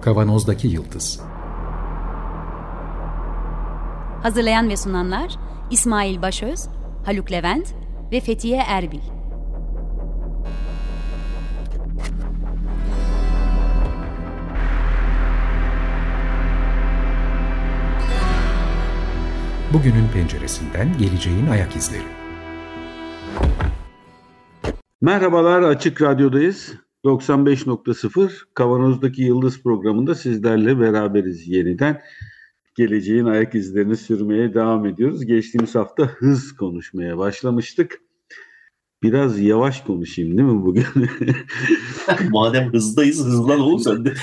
Kavanozdaki Yıldız. Hazırlayan ve sunanlar İsmail Başöz, Haluk Levent ve Fethiye Erbil. Bugünün penceresinden geleceğin ayak izleri. Merhabalar, Açık Radyo'dayız. 95.0 Kavanoz'daki Yıldız programında sizlerle beraberiz yeniden. Geleceğin ayak izlerini sürmeye devam ediyoruz. Geçtiğimiz hafta hız konuşmaya başlamıştık. Biraz yavaş konuşayım değil mi bugün? Madem hızdayız, hızlan oğlum sen de.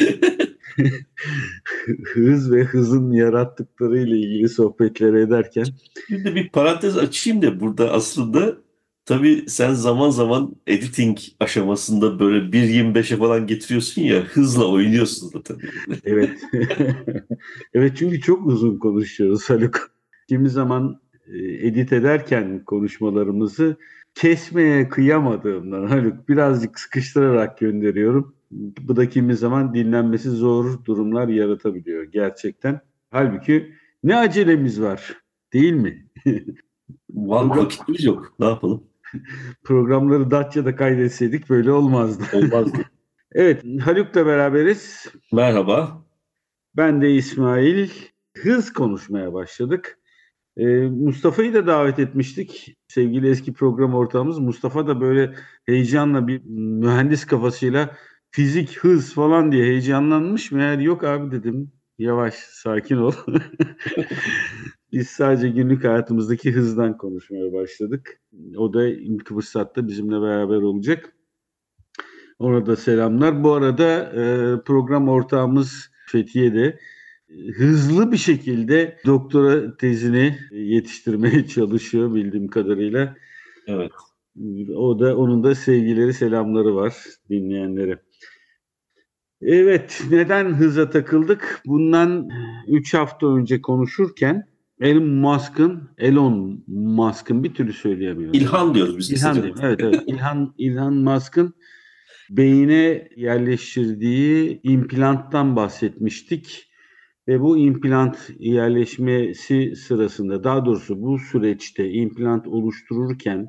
Hız ve hızın yarattıklarıyla ilgili sohbetler ederken. Şimdi bir parantez açayım da burada aslında tabii sen zaman zaman editing aşamasında böyle 1.25'e falan getiriyorsun ya, hızla oynuyorsun da tabii. Evet. Evet, çünkü çok uzun konuşuyoruz Haluk. Kimi zaman edit ederken konuşmalarımızı kesmeye kıyamadığımdan Haluk birazcık sıkıştırarak gönderiyorum. Bu da kimi zaman dinlenmesi zor durumlar yaratabiliyor gerçekten. Halbuki ne acelemiz var, değil mi? Vallahi vakitimiz yok. Ne yapalım? Programları Datça'da kaydetseydik böyle olmazdı. Olmazdı. Evet, Haluk'la beraberiz. Merhaba. Ben de İsmail. Hız konuşmaya başladık. Mustafa'yı da davet etmiştik. Sevgili eski program ortağımız Mustafa da böyle heyecanla bir mühendis kafasıyla fizik, hız falan diye heyecanlanmış. Meğer yok abi dedim. Yavaş, sakin ol. Biz sadece günlük hayatımızdaki hızdan konuşmaya başladık. O da ilk fırsatta bizimle beraber olacak. Ona da selamlar. Bu arada program ortağımız Fethiye de hızlı bir şekilde doktora tezini yetiştirmeye çalışıyor bildiğim kadarıyla. Evet. Onun da sevgileri, selamları var dinleyenlere. Evet, neden hıza takıldık? Bundan 3 hafta önce konuşurken Elon Musk'ın bir türlü söyleyemiyorum. İlhan diyoruz biz. İlhan diyeyim. Evet. İlhan Musk'ın beyine yerleştirdiği implanttan bahsetmiştik. Ve bu implant yerleşmesi sırasında, daha doğrusu bu süreçte implant oluştururken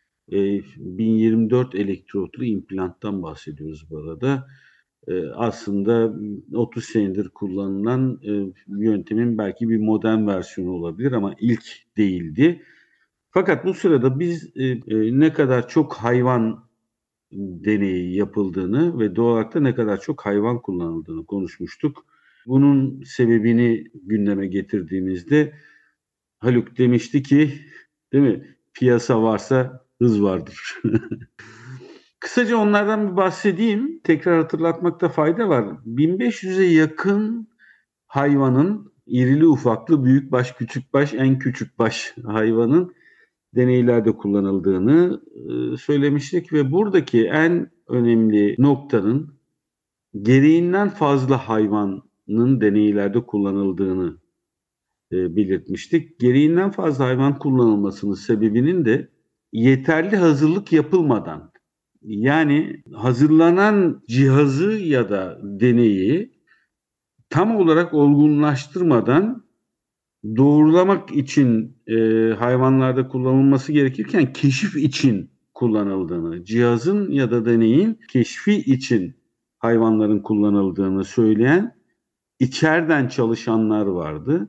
1024 elektrodlu implanttan bahsediyoruz bu arada. Aslında 30 senedir kullanılan yöntemin belki bir modern versiyonu olabilir ama ilk değildi. Fakat bu sırada biz ne kadar çok hayvan deneyi yapıldığını ve doğal olarak da ne kadar çok hayvan kullanıldığını konuşmuştuk. Bunun sebebini gündeme getirdiğimizde Haluk demişti ki, değil mi? Piyasa varsa hız vardır. Kısaca onlardan bir bahsedeyim. Tekrar hatırlatmakta fayda var. 1500'e yakın hayvanın irili ufaklı, büyükbaş, küçükbaş, en küçükbaş hayvanın deneylerde kullanıldığını söylemiştik ve buradaki en önemli noktanın gereğinden fazla hayvanın deneylerde kullanıldığını belirtmiştik. Gereğinden fazla hayvan kullanılmasının sebebinin de yeterli hazırlık yapılmadan, yani hazırlanan cihazı ya da deneyi tam olarak olgunlaştırmadan doğrulamak için hayvanlarda kullanılması gerekirken keşif için kullanıldığını, cihazın ya da deneyin keşfi için hayvanların kullanıldığını söyleyen içeriden çalışanlar vardı.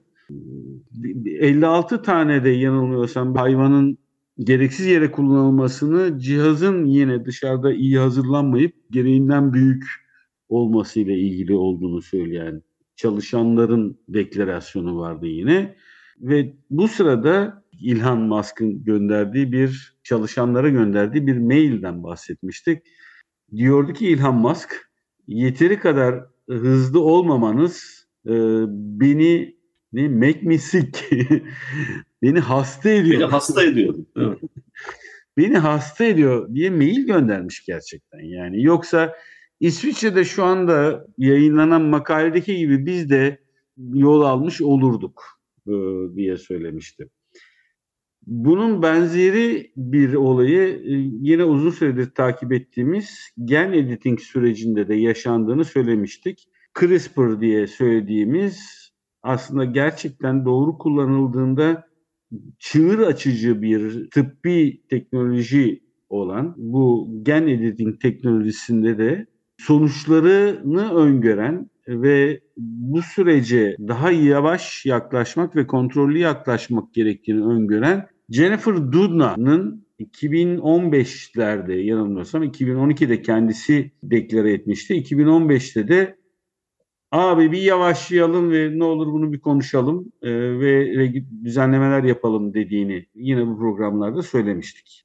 56 tane de yanılmıyorsam hayvanın gereksiz yere kullanılmasını cihazın yine dışarıda iyi hazırlanmayıp gereğinden büyük olmasıyla ilgili olduğunu söyleyen çalışanların deklarasyonu vardı yine. Ve bu sırada Elon Musk'ın çalışanlara gönderdiği bir mailden bahsetmiştik. Diyordu ki Elon Musk, yeteri kadar hızlı olmamanız beni make me sick, beni hasta ediyor. Beni hasta ediyor. Evet. Beni hasta ediyor diye mail göndermiş gerçekten yani. Yoksa İsviçre'de şu anda yayınlanan makaledeki gibi biz de yol almış olurduk diye söylemişti. Bunun benzeri bir olayı yine uzun süredir takip ettiğimiz gen editing sürecinde de yaşandığını söylemiştik. CRISPR diye söylediğimiz aslında gerçekten doğru kullanıldığında çığır açıcı bir tıbbi teknoloji olan bu gen editing teknolojisinde de sonuçlarını öngören ve bu sürece daha yavaş yaklaşmak ve kontrollü yaklaşmak gerektiğini öngören Jennifer Doudna'nın 2015'lerde yanılmıyorsam 2012'de kendisi deklare etmişti. 2015'te de abi bir yavaşlayalım ve ne olur bunu bir konuşalım ve düzenlemeler yapalım dediğini yine bu programlarda söylemiştik.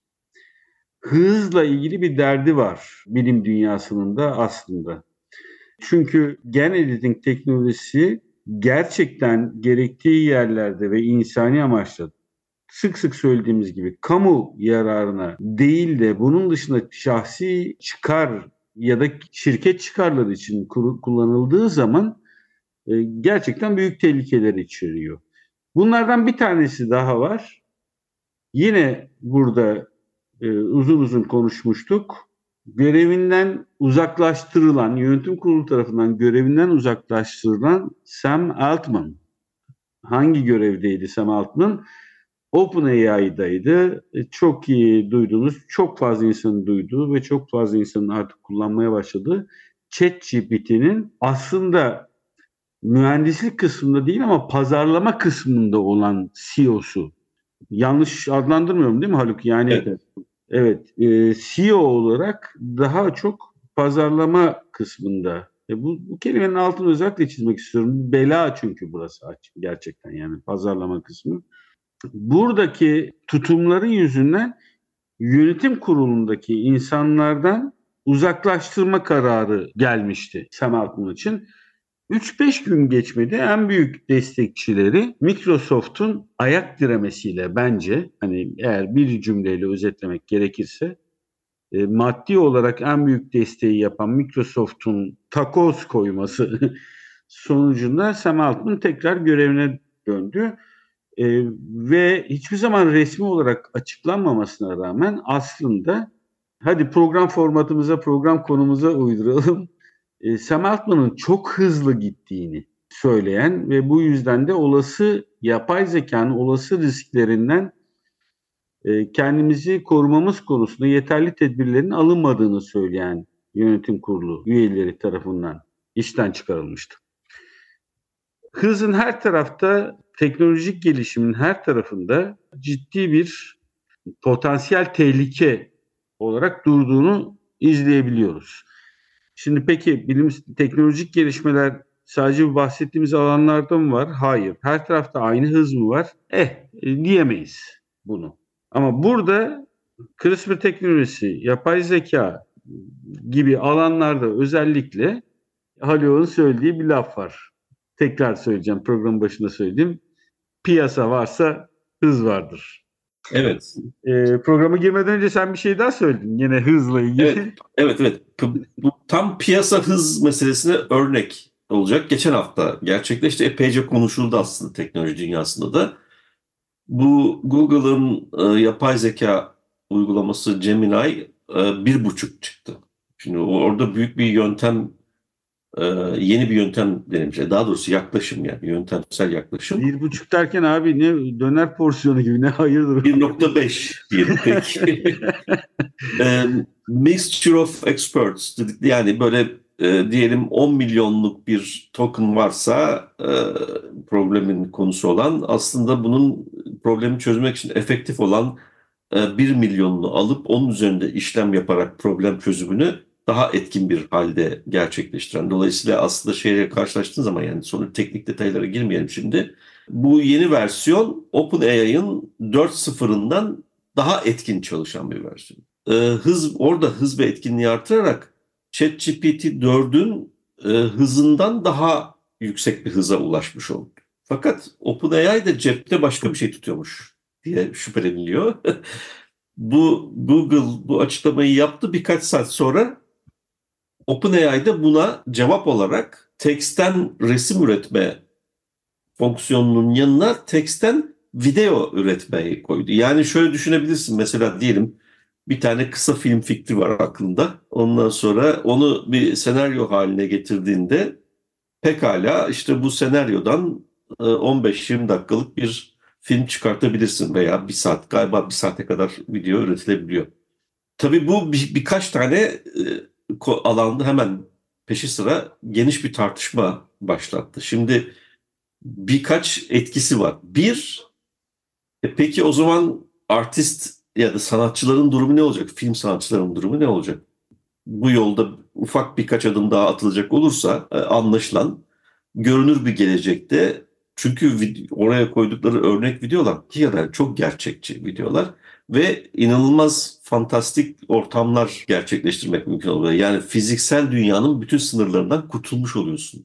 Hızla ilgili bir derdi var bilim dünyasının da aslında. Çünkü gen editing teknolojisi gerçekten gerektiği yerlerde ve insani amaçla sık sık söylediğimiz gibi kamu yararına değil de bunun dışında şahsi çıkar ya da şirket çıkarları için kullanıldığı zaman gerçekten büyük tehlikeler içeriyor. Bunlardan bir tanesi daha var. Yine burada uzun uzun konuşmuştuk. Görevinden uzaklaştırılan, yönetim kurulu tarafından görevinden uzaklaştırılan Sam Altman. Hangi görevdeydi Sam Altman? OpenAI'daydı. Çok iyi duyduğunuz, çok fazla insanın duyduğu ve çok fazla insanın artık kullanmaya başladığı ChatGPT'nin aslında mühendislik kısmında değil ama pazarlama kısmında olan CEO'su. Yanlış adlandırmıyorum değil mi Haluk? Yani evet CEO olarak daha çok pazarlama kısmında. Bu kelimenin altını özellikle çizmek istiyorum. Bela çünkü burası gerçekten yani pazarlama kısmı. Buradaki tutumları yüzünden yönetim kurulundaki insanlardan uzaklaştırma kararı gelmişti Sam Altman için. 3-5 gün geçmedi en büyük destekçileri Microsoft'un ayak diremesiyle bence hani eğer bir cümleyle özetlemek gerekirse maddi olarak en büyük desteği yapan Microsoft'un takoz koyması sonucunda Sam Altman tekrar görevine döndü. Ve hiçbir zaman resmi olarak açıklanmamasına rağmen aslında hadi program formatımıza, program konumuza uyduralım. Sam Altman'ın çok hızlı gittiğini söyleyen ve bu yüzden de olası yapay zekanın olası risklerinden kendimizi korumamız konusunda yeterli tedbirlerin alınmadığını söyleyen yönetim kurulu üyeleri tarafından işten çıkarılmıştı. Hızın her tarafta, teknolojik gelişimin her tarafında ciddi bir potansiyel tehlike olarak durduğunu izleyebiliyoruz. Şimdi peki teknolojik gelişmeler sadece bu bahsettiğimiz alanlarda mı var? Hayır. Her tarafta aynı hız mı var? Diyemeyiz bunu. Ama burada CRISPR teknolojisi, yapay zeka gibi alanlarda özellikle Haluk'un söylediği bir laf var. Tekrar söyleyeceğim, programın başında söylediğim. Piyasa varsa hız vardır. Evet. Programa girmeden önce sen bir şey daha söyledin. Yine hızla ilgili. Evet. Bu tam piyasa hız meselesine örnek olacak. Geçen hafta gerçekleşti. Epeyce konuşuldu aslında teknoloji dünyasında da. Bu Google'ın yapay zeka uygulaması Gemini 1.5 çıktı. Şimdi orada büyük bir yöntem, yeni bir yöntem denilmiş. Daha doğrusu yaklaşım yani yöntemsel yaklaşım. 1.5 derken abi ne döner porsiyonu gibi ne hayırdır? 1.5 diyelim peki. Mixture of experts dedik. Yani böyle diyelim 10 milyonluk bir token varsa problemin konusu olan aslında bunun problemi çözmek için efektif olan 1 milyonunu alıp onun üzerinde işlem yaparak problem çözümünü daha etkin bir halde gerçekleştiren. Dolayısıyla aslında şeyle karşılaştığın zaman yani sonra teknik detaylara girmeyelim şimdi. Bu yeni versiyon OpenAI'ın 4.0'ından daha etkin çalışan bir versiyon. Orada hız ve etkinliği artırarak ChatGPT 4'ün hızından daha yüksek bir hıza ulaşmış oldu. Fakat OpenAI de cepte başka bir şey tutuyormuş diye şüpheleniliyor. Google bu açıklamayı yaptı. Birkaç saat sonra OpenAI'de buna cevap olarak teksten resim üretme fonksiyonunun yanına teksten video üretmeyi koydu. Yani şöyle düşünebilirsin. Mesela diyelim bir tane kısa film fikri var aklında. Ondan sonra onu bir senaryo haline getirdiğinde pekala işte bu senaryodan 15-20 dakikalık bir film çıkartabilirsin veya bir saat, galiba bir saate kadar video üretilebiliyor. Tabii bu birkaç tane alanda hemen peşi sıra geniş bir tartışma başlattı. Şimdi birkaç etkisi var. Bir, peki o zaman artist ya da sanatçıların durumu ne olacak? Film sanatçılarının durumu ne olacak? Bu yolda ufak birkaç adım daha atılacak olursa anlaşılan görünür bir gelecekte, çünkü oraya koydukları örnek videolar hakikaten çok gerçekçi videolar ve inanılmaz fantastik ortamlar gerçekleştirmek mümkün oluyor. Yani fiziksel dünyanın bütün sınırlarından kurtulmuş oluyorsun.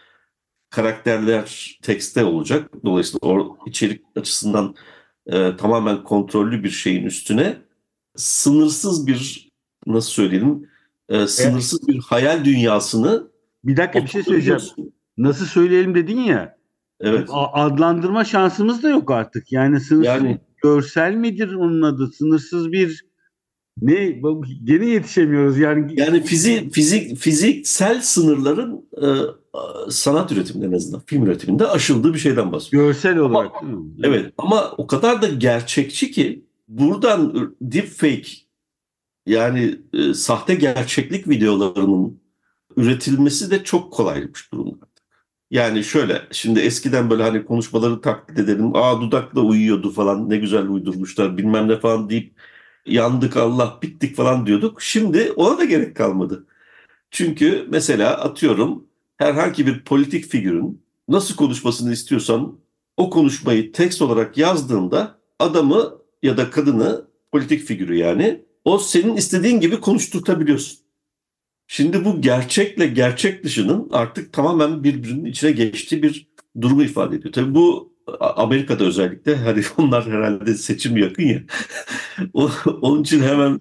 Karakterler tekste olacak. Dolayısıyla o içerik açısından tamamen kontrollü bir şeyin üstüne sınırsız bir, nasıl söyleyelim, sınırsız bir hayal dünyasını Bir dakika, bir şey söyleyeceğim. Nasıl söyleyelim dedin ya. Evet. Adlandırma şansımız da yok artık. Yani sınırsız görsel midir onun adı? Sınırsız bir ne? Gene yetişemiyoruz yani. Yani fiziksel sınırların sanat üretiminde, en azından film üretiminde aşıldığı bir şeyden bahsediyoruz. Görsel olarak değil mi? Evet, ama o kadar da gerçekçi ki buradan deepfake, yani sahte gerçeklik videolarının üretilmesi de çok kolaymış durumda. Yani şöyle, şimdi eskiden böyle hani konuşmaları taklit edelim. Dudakla uyuyordu falan, ne güzel uydurmuşlar bilmem ne falan deyip yandık Allah bittik falan diyorduk. Şimdi ona da gerek kalmadı. Çünkü mesela atıyorum, herhangi bir politik figürün nasıl konuşmasını istiyorsan o konuşmayı tekst olarak yazdığında adamı ya da kadını, politik figürü yani, o senin istediğin gibi konuşturtabiliyorsun. Şimdi bu gerçekle gerçek dışının artık tamamen birbirinin içine geçtiği bir durumu ifade ediyor. Tabii bu Amerika'da özellikle, hani onlar herhalde seçim yakın ya. Onun için hemen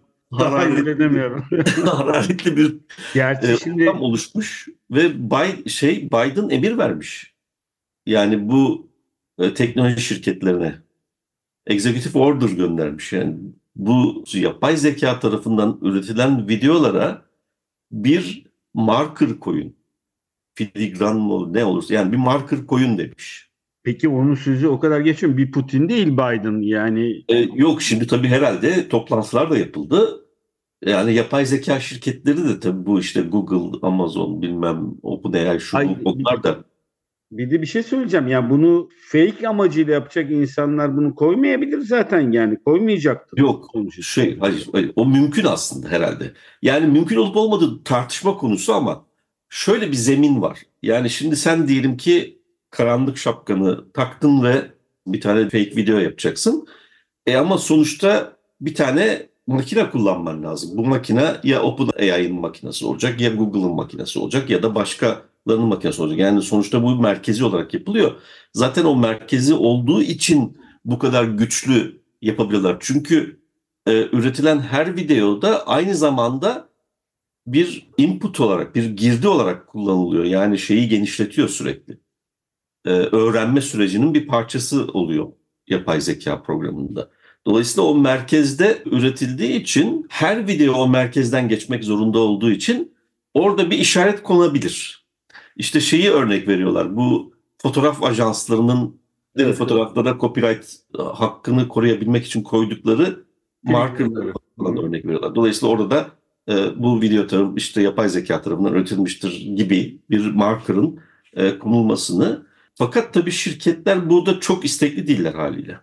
hararetli bir ortam oluşmuş ve Biden emir vermiş. Yani bu teknoloji şirketlerine executive order göndermiş. Yani bu yapay zeka tarafından üretilen videolara bir marker koyun. Filigran mı ne olursa, yani bir marker koyun demiş. Peki onun sözü o kadar geçiyor mu? Bir Putin değil Biden yani. Yok, şimdi tabii herhalde toplantılar da yapıldı. Yani yapay zeka şirketleri de tabii, bu işte Google, Amazon, bilmem OpenAI, onlar da. Bir de bir şey söyleyeceğim. Yani bunu fake amacıyla yapacak insanlar bunu koymayabilir zaten, yani koymayacaktır. Yok, hayır, o mümkün aslında herhalde. Yani mümkün olup olmadığı tartışma konusu, ama şöyle bir zemin var. Yani şimdi sen diyelim ki karanlık şapkanı taktın ve bir tane fake video yapacaksın. Ama sonuçta bir tane makine kullanman lazım. Bu makine ya OpenAI'nin makinesi olacak, ya Google'ın makinesi olacak, ya da başkalarının makinesi olacak. Yani sonuçta bu merkezi olarak yapılıyor. Zaten o merkezi olduğu için bu kadar güçlü yapabiliyorlar. Çünkü üretilen her videoda aynı zamanda bir input olarak, bir girdi olarak kullanılıyor. Yani şeyi genişletiyor sürekli. Öğrenme sürecinin bir parçası oluyor yapay zeka programında. Dolayısıyla o merkezde üretildiği için, her video o merkezden geçmek zorunda olduğu için orada bir işaret konabilir. İşte şeyi örnek veriyorlar. Bu fotoğraf ajanslarının fotoğraflara copyright hakkını koruyabilmek için koydukları markerları falan örnek veriyorlar. Dolayısıyla orada da bu video işte yapay zeka tarafından üretilmiştir gibi bir markerın konulmasını. Fakat tabii şirketler burada çok istekli değiller haliyle.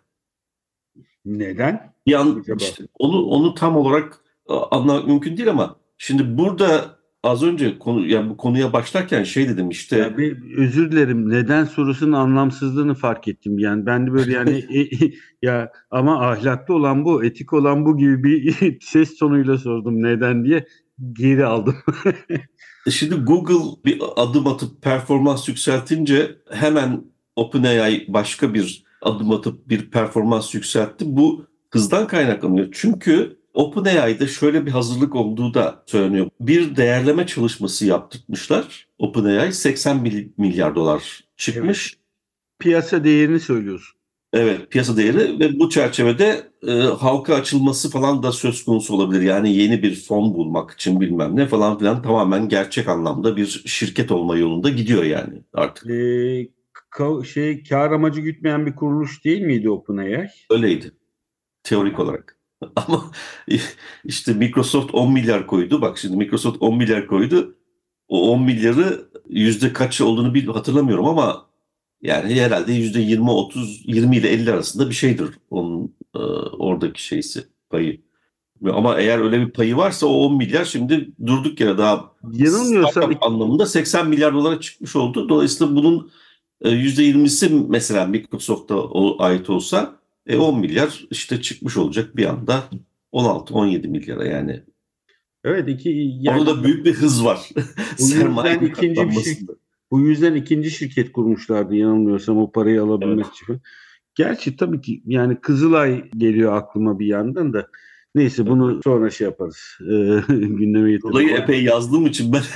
Neden? İşte onu tam olarak anlamak mümkün değil, ama şimdi burada az önce bu konuya başlarken dedim işte. Ya özür dilerim. Neden sorusunun anlamsızlığını fark ettim. Yani ben de böyle yani ya ama ahlaklı olan bu, etik olan bu gibi bir ses tonuyla sordum neden diye, geri aldım. Şimdi Google bir adım atıp performans yükseltince hemen OpenAI başka bir adım atıp bir performans yükseltti. Bu hızdan kaynaklanıyor. Çünkü OpenAI'de şöyle bir hazırlık olduğu da söyleniyor. Bir değerleme çalışması yaptırmışlar. OpenAI 80 milyar dolar çıkmış. Evet. Piyasa değerini söylüyorsun. Evet, piyasa değeri ve bu çerçevede halka açılması falan da söz konusu olabilir. Yani yeni bir fon bulmak için bilmem ne falan filan, tamamen gerçek anlamda bir şirket olma yolunda gidiyor yani artık. Kar amacı gütmeyen bir kuruluş değil miydi OpenAI? Öyleydi teorik Tamam. olarak. Ama işte Microsoft 10 milyar koydu. Bak şimdi Microsoft 10 milyar koydu. O 10 milyarı yüzde kaç olduğunu hatırlamıyorum ama yani herhalde yüzde 20, 30, 20 ile 50 arasında bir şeydir onun oradaki şeysi, payı. Ama eğer öyle bir payı varsa o 10 milyar şimdi durduk yere daha Yanılmıyorsam startup anlamında 80 milyar dolara çıkmış oldu. Dolayısıyla bunun %20'si mesela Microsoft'a ait olsa 10 milyar işte çıkmış olacak bir anda 16-17 milyara yani. evet, yani Orada da büyük bir hız var bu yüzden sermayenin katlanmasında. bu yüzden ikinci şirket kurmuşlardı yanılmıyorsam o parayı alabilmek Evet. için. Gerçi tabii ki yani Kızılay geliyor aklıma bir yandan da. Neyse bunu sonra şey yaparız. Gündeme getiririz. Dolayı epey yazdığım için ben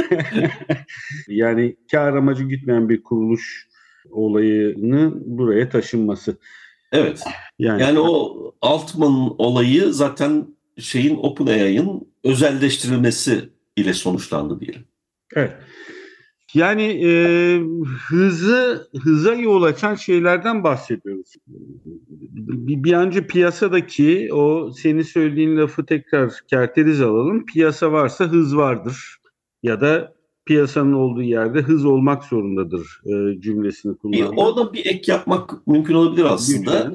Yani kar amacı gütmeyen bir kuruluş olayını buraya taşınması. evet. Yani Yani o Altman olayı zaten şeyin, OpenAI'ın özelleştirilmesi ile sonuçlandı diyelim. evet. Yani hıza yol açan şeylerden bahsediyoruz. Bir önce piyasadaki o senin söylediğin lafı tekrar kerteriz alalım. Piyasa varsa hız vardır. Ya da piyasanın olduğu yerde hız olmak zorundadır cümlesini kullandım. Orada bir ek yapmak mümkün olabilir aslında. Lütfen.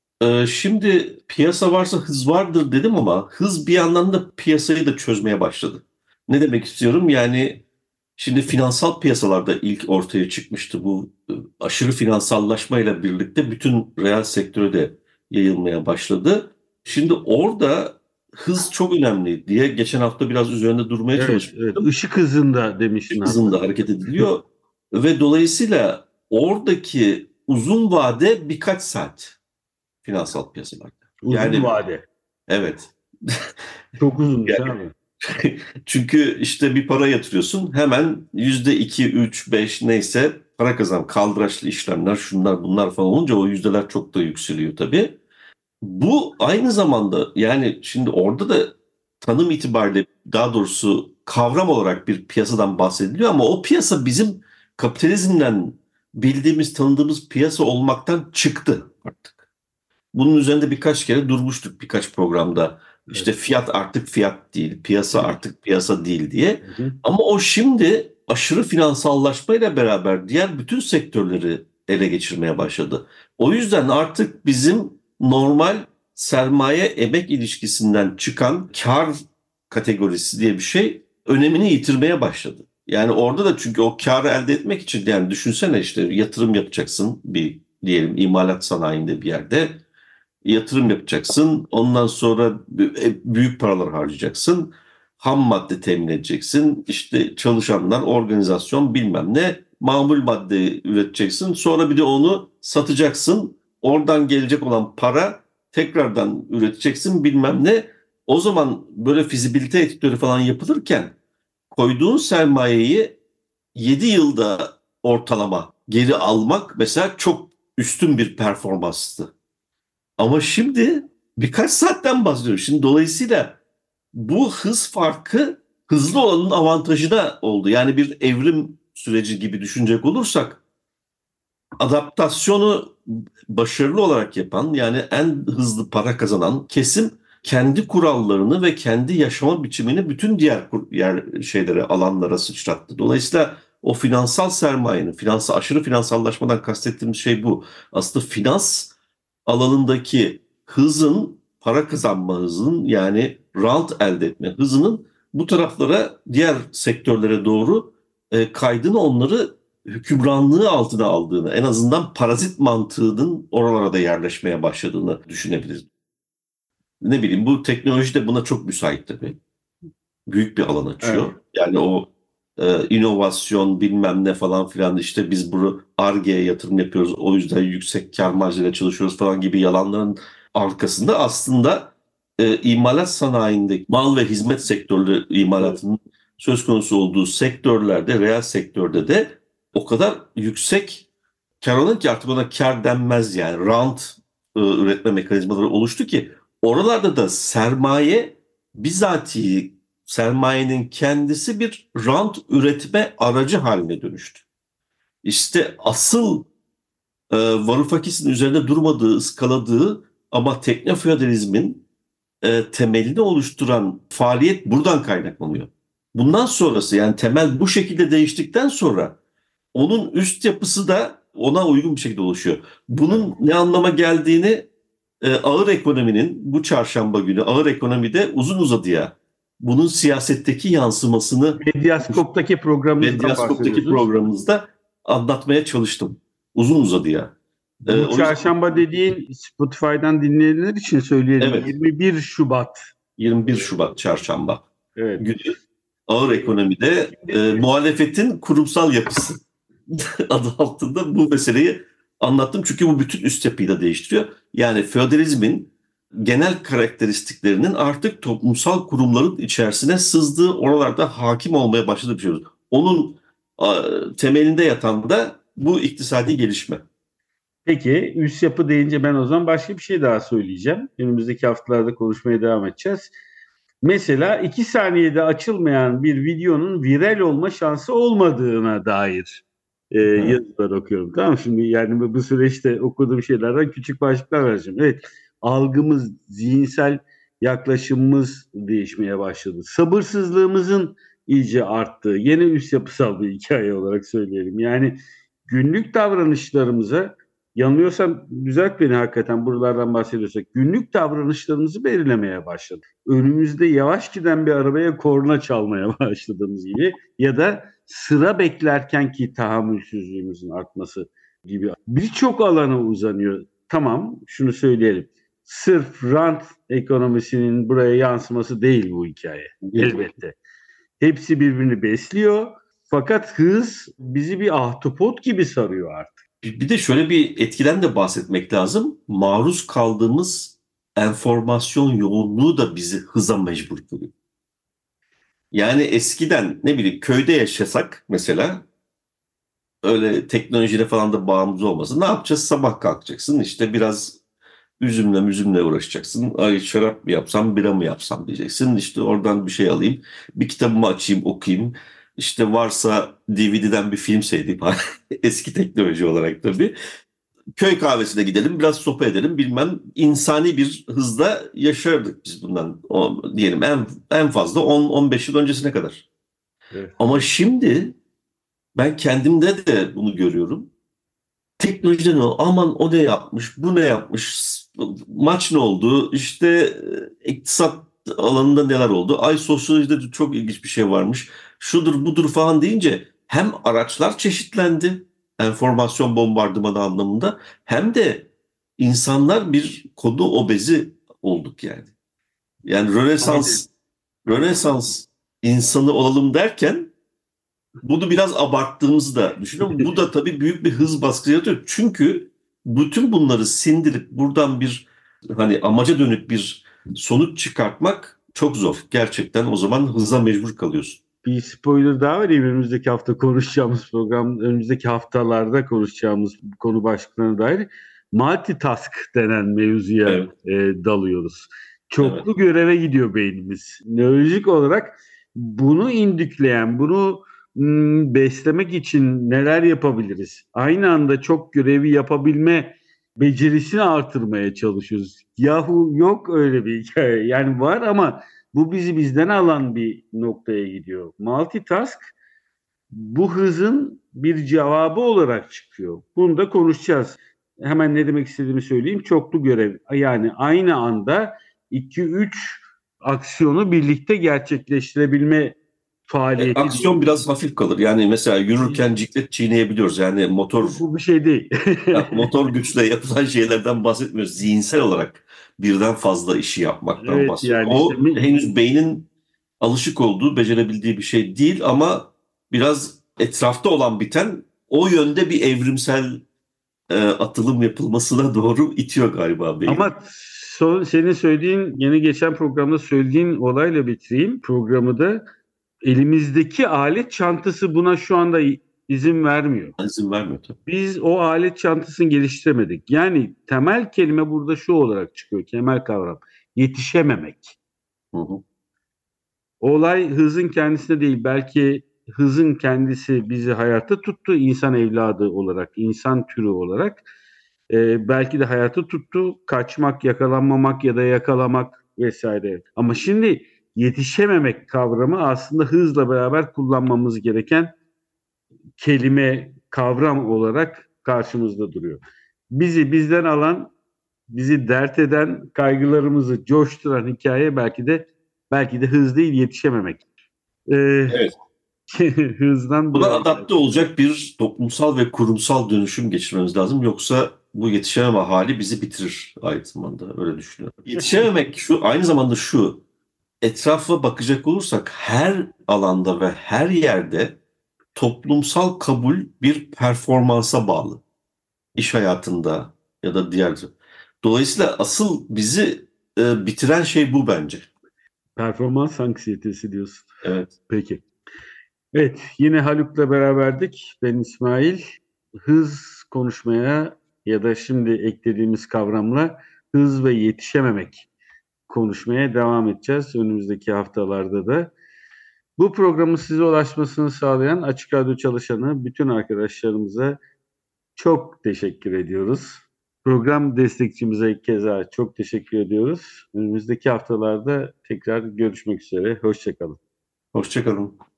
Şimdi piyasa varsa hız vardır dedim ama hız bir yandan da piyasayı da çözmeye başladı. Ne demek istiyorum? Yani şimdi finansal piyasalarda ilk ortaya çıkmıştı bu aşırı finansallaşmayla birlikte bütün reel sektöre de yayılmaya başladı. Şimdi orada hız çok önemli diye geçen hafta biraz üzerinde durmaya Evet, evet. çalışmıştım. Işık hızında demiştin Hızında hatta. hareket ediliyor ve dolayısıyla oradaki uzun vade birkaç saat finansal piyasalarda. Uzun Yani vade. evet. Çok uzunmuş Yani abi. çünkü işte bir para yatırıyorsun, hemen %2, 3, 5 neyse para kazan, kaldıraçlı işlemler, şunlar bunlar falan olunca o yüzdeler çok da yükseliyor tabii. Bu aynı zamanda yani şimdi orada da tanım itibariyle, daha doğrusu kavram olarak bir piyasadan bahsediliyor ama o piyasa bizim kapitalizmden bildiğimiz, tanıdığımız piyasa olmaktan çıktı artık. Bunun üzerinde birkaç kere durmuştuk birkaç programda. İşte Evet. fiyat artık fiyat değil, piyasa artık piyasa değil diye. Hı hı. Ama o şimdi aşırı finansallaşmayla beraber diğer bütün sektörleri ele geçirmeye başladı. O yüzden artık bizim normal sermaye emek ilişkisinden çıkan kar kategorisi diye bir şey önemini yitirmeye başladı. Yani orada da çünkü o karı elde etmek için, yani düşünsene işte yatırım yapacaksın bir diyelim imalat sanayinde bir yerde yatırım yapacaksın. Ondan sonra büyük paralar harcayacaksın. Ham madde temin edeceksin. İşte çalışanlar, organizasyon bilmem ne, mamul madde üreteceksin. Sonra bir de onu satacaksın. Oradan gelecek olan para tekrardan üreteceksin bilmem ne. O zaman böyle fizibilite etütleri falan yapılırken koyduğun sermayeyi 7 yılda ortalama geri almak mesela çok üstün bir performanstı. Ama şimdi birkaç saatten bahsediyoruz. Şimdi dolayısıyla bu hız farkı hızlı olanın avantajına oldu. Yani bir evrim süreci gibi düşünecek olursak adaptasyonu başarılı olarak yapan, yani en hızlı para kazanan kesim kendi kurallarını ve kendi yaşama biçimini bütün diğer şeylere, alanlara sıçrattı. Dolayısıyla o finansal sermayenin, aşırı finansallaşmadan kastettiğimiz şey bu. Aslında finans alanındaki hızın, para kazanma hızının, yani rant elde etme hızının bu taraflara, diğer sektörlere doğru kaydını, onları hükümranlığı altına aldığını, en azından parazit mantığının oralara da yerleşmeye başladığını düşünebiliriz. Ne bileyim, bu teknoloji de buna çok müsait tabii. Büyük bir alan Evet. açıyor. Yani o inovasyon bilmem ne falan filan, işte biz bunu Ar-Ge'ye yatırım yapıyoruz, o yüzden yüksek kar marjıyla çalışıyoruz falan gibi yalanların arkasında aslında imalat sanayindeki mal ve hizmet sektörleri, Evet. imalatının söz konusu olduğu sektörlerde, reel sektörde de o kadar yüksek kar alanı ki artık ona kar denmez yani. Rant üretme mekanizmaları oluştu ki oralarda da sermaye bizatihi sermayenin kendisi bir rant üretme aracı haline dönüştü. İşte asıl Varoufakis'in üzerinde durmadığı, ıskaladığı ama teknofeodalizmin temelini oluşturan faaliyet buradan kaynaklanıyor. Bundan sonrası yani temel bu şekilde değiştikten sonra onun üst yapısı da ona uygun bir şekilde oluşuyor. Bunun ne anlama geldiğini ağır ekonominin bu çarşamba günü ağır ekonomide uzun uzadıya bunun siyasetteki yansımasını Medyaskop'taki programımızda anlatmaya çalıştım. Uzun uzadıya. Bu çarşamba dediğin Spotify'dan dinleyenler için söyleyelim. Evet. 21 Şubat çarşamba evet. günü ağır ekonomide muhalefetin kurumsal yapısı adı altında bu meseleyi anlattım. Çünkü bu bütün üst yapıyı da değiştiriyor. Yani feodalizmin genel karakteristiklerinin artık toplumsal kurumların içerisine sızdığı, oralarda hakim olmaya başladığı bir şey. Onun temelinde yatan da bu iktisadi gelişme. Peki üst yapı deyince ben o zaman başka bir şey daha söyleyeceğim. Önümüzdeki haftalarda konuşmaya devam edeceğiz. Mesela 2 saniyede açılmayan bir videonun viral olma şansı olmadığına dair yazılar okuyorum. Tamam, şimdi yani bu süreçte okuduğum şeylerden küçük başlıklar vereceğim. Evet, algımız, zihinsel yaklaşımımız değişmeye başladı. Sabırsızlığımızın iyice arttığı, yine üst yapısal bir hikaye olarak söyleyelim. Yani günlük davranışlarımıza, yanılıyorsam düzelt beni, hakikaten buralardan bahsediyorsak, günlük davranışlarımızı belirlemeye başladık. Önümüzde yavaş giden bir arabaya korna çalmaya başladığımız gibi ya da sıra beklerkenki tahammülsüzlüğümüzün artması gibi birçok alana uzanıyor. Tamam, şunu söyleyelim. Sırf rant ekonomisinin buraya yansıması değil bu hikaye. Elbette. Hepsi birbirini besliyor. Fakat hız bizi bir ahtapot gibi sarıyor artık. Bir de şöyle bir etkiden de bahsetmek lazım. Maruz kaldığımız enformasyon yoğunluğu da bizi hıza mecbur kılıyor. Yani eskiden ne bileyim köyde yaşasak mesela öyle teknolojiyle falan da bağımsız olmasın. Ne yapacağız? Sabah kalkacaksın işte biraz üzümle uğraşacaksın. Ay şarap mı yapsam, bira mı yapsam diyeceksin. İşte oradan bir şey alayım. Bir kitabımı açayım, okuyayım. İşte varsa DVD'den bir film seyredeyim. Eski teknoloji olarak tabii. Köy kahvesine gidelim, biraz sohbet edelim bilmem. İnsani bir hızla yaşardık biz bundan. Diyelim en fazla 10-15 yıl öncesine kadar. Evet. Ama şimdi ben kendimde de bunu görüyorum. Teknolojiden aman o ne yapmış, bu ne yapmış, maç ne oldu, işte iktisat alanında neler oldu, ay sosyolojide çok ilginç bir şey varmış, şudur budur falan deyince hem araçlar çeşitlendi, enformasyon bombardımanı anlamında, hem de insanlar bir konu obezi olduk yani. Yani Rönesans insanı olalım derken bunu biraz abarttığımızı da düşünüyorum. Bu da tabii büyük bir hız baskısı yaratıyor. Çünkü bütün bunları sindirip buradan bir hani amaca dönük bir sonuç çıkartmak çok zor. Gerçekten o zaman hıza mecbur kalıyorsun. Bir spoiler daha vereyim. Önümüzdeki hafta konuşacağımız program, önümüzdeki haftalarda konuşacağımız konu başlıklarına dair multitask denen mevzuya dalıyoruz. Çoklu göreve gidiyor beynimiz. Nörolojik olarak bunu indükleyen, bunu beslemek için neler yapabiliriz? Aynı anda çok görevi yapabilme becerisini artırmaya çalışıyoruz. Yahu yok öyle bir hikaye. Yani var ama bu bizi bizden alan bir noktaya gidiyor. Multitask bu hızın bir cevabı olarak çıkıyor. Bunu da konuşacağız. Hemen ne demek istediğimi söyleyeyim. Çoklu görev. Yani aynı anda 2-3 aksiyonu birlikte gerçekleştirebilme faaliyeti. Aksiyon biraz hafif kalır. Yani mesela yürürken ciklet çiğneyebiliyoruz. Yani motor... Bu bir şey değil. Motor güçle yapılan şeylerden bahsetmiyoruz. Zihinsel olarak birden fazla işi yapmaktan bahsediyoruz. Yani o işte henüz beynin alışık olduğu, becerebildiği bir şey değil ama biraz etrafta olan biten o yönde bir evrimsel atılım yapılmasına doğru itiyor galiba beyin. Ama senin söylediğin, yeni geçen programda söylediğin olayla bitireyim programı da. Elimizdeki alet çantası buna şu anda izin vermiyor. İzin vermiyor tabii. Biz o alet çantasını geliştiremedik. Yani temel kelime burada şu olarak çıkıyor, temel kavram. Yetişememek. Hı hı. Olay hızın kendisinde değil, belki hızın kendisi bizi hayatta tuttu insan evladı olarak, insan türü olarak. Belki de hayatta tuttu, kaçmak, yakalanmamak ya da yakalamak vesaire. Ama şimdi yetişememek kavramı aslında hızla beraber kullanmamız gereken kelime, kavram olarak karşımızda duruyor. Bizi bizden alan, bizi dert eden, kaygılarımızı coşturan hikaye belki de hız değil, yetişememek. Evet. Hızdan Buna buraya adapte olacak bir toplumsal ve kurumsal dönüşüm geçirmemiz lazım. Yoksa bu yetişememe hali bizi bitirir aynı zamanda. Öyle düşünüyorum. Yetişememek aynı zamanda etrafa bakacak olursak her alanda ve her yerde toplumsal kabul bir performansa bağlı. İş hayatında ya da diğer. Dolayısıyla asıl bizi bitiren şey bu bence. Performans anksiyetesi diyorsun. Evet. Peki. Evet, yine Haluk'la beraberdik. Ben İsmail. Hız konuşmaya ya da şimdi eklediğimiz kavramla hız ve yetişememek konuşmaya devam edeceğiz önümüzdeki haftalarda da. Bu programın size ulaşmasını sağlayan Açık Radyo çalışanı bütün arkadaşlarımıza çok teşekkür ediyoruz. Program destekçimize keza çok teşekkür ediyoruz. Önümüzdeki haftalarda tekrar görüşmek üzere. Hoşça kalın. Hoşça kalın.